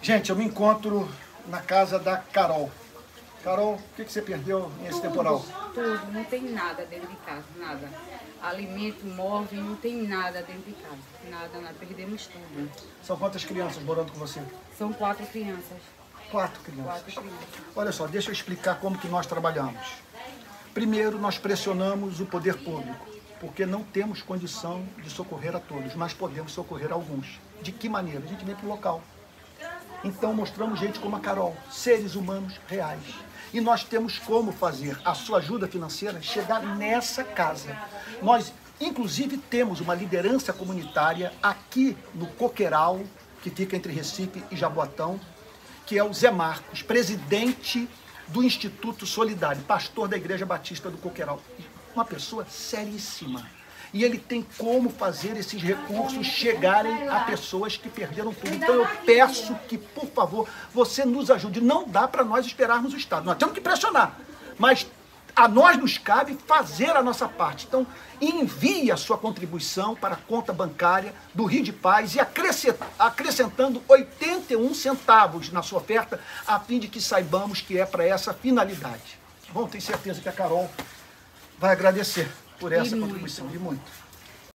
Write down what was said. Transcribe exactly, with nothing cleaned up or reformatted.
Gente, eu me encontro na casa da Carol. Carol, o que, que você perdeu nesse Tudo, temporal? Tudo, não tem nada dentro de casa, nada. Alimento, móvel, não tem nada dentro de casa. Nada, nada, perdemos tudo. São quantas crianças morando com você? São quatro crianças. Quatro crianças. Quatro crianças. Olha só, deixa eu explicar como que nós trabalhamos. Primeiro, nós pressionamos o poder público, porque não temos condição de socorrer a todos, mas podemos socorrer alguns. De que maneira? A gente vem para o local. Então, mostramos gente como a Carol, seres humanos reais. E nós temos como fazer a sua ajuda financeira chegar nessa casa. Nós, inclusive, temos uma liderança comunitária aqui no Coqueiral, que fica entre Recife e Jaboatão, que é o Zé Marcos, presidente do Instituto Solidário, pastor da Igreja Batista do Coqueiral. Uma pessoa seríssima. E ele tem como fazer esses recursos chegarem a pessoas que perderam tudo. Então eu peço que, por favor, você nos ajude. Não dá para nós esperarmos o Estado. Nós temos que pressionar, mas a nós nos cabe fazer a nossa parte. Então envie a sua contribuição para a conta bancária do Rio de Paz e acrescentando oitenta e um centavos na sua oferta, a fim de que saibamos que é para essa finalidade. Bom, tenho certeza que a Carol vai agradecer por essa contribuição, e muito.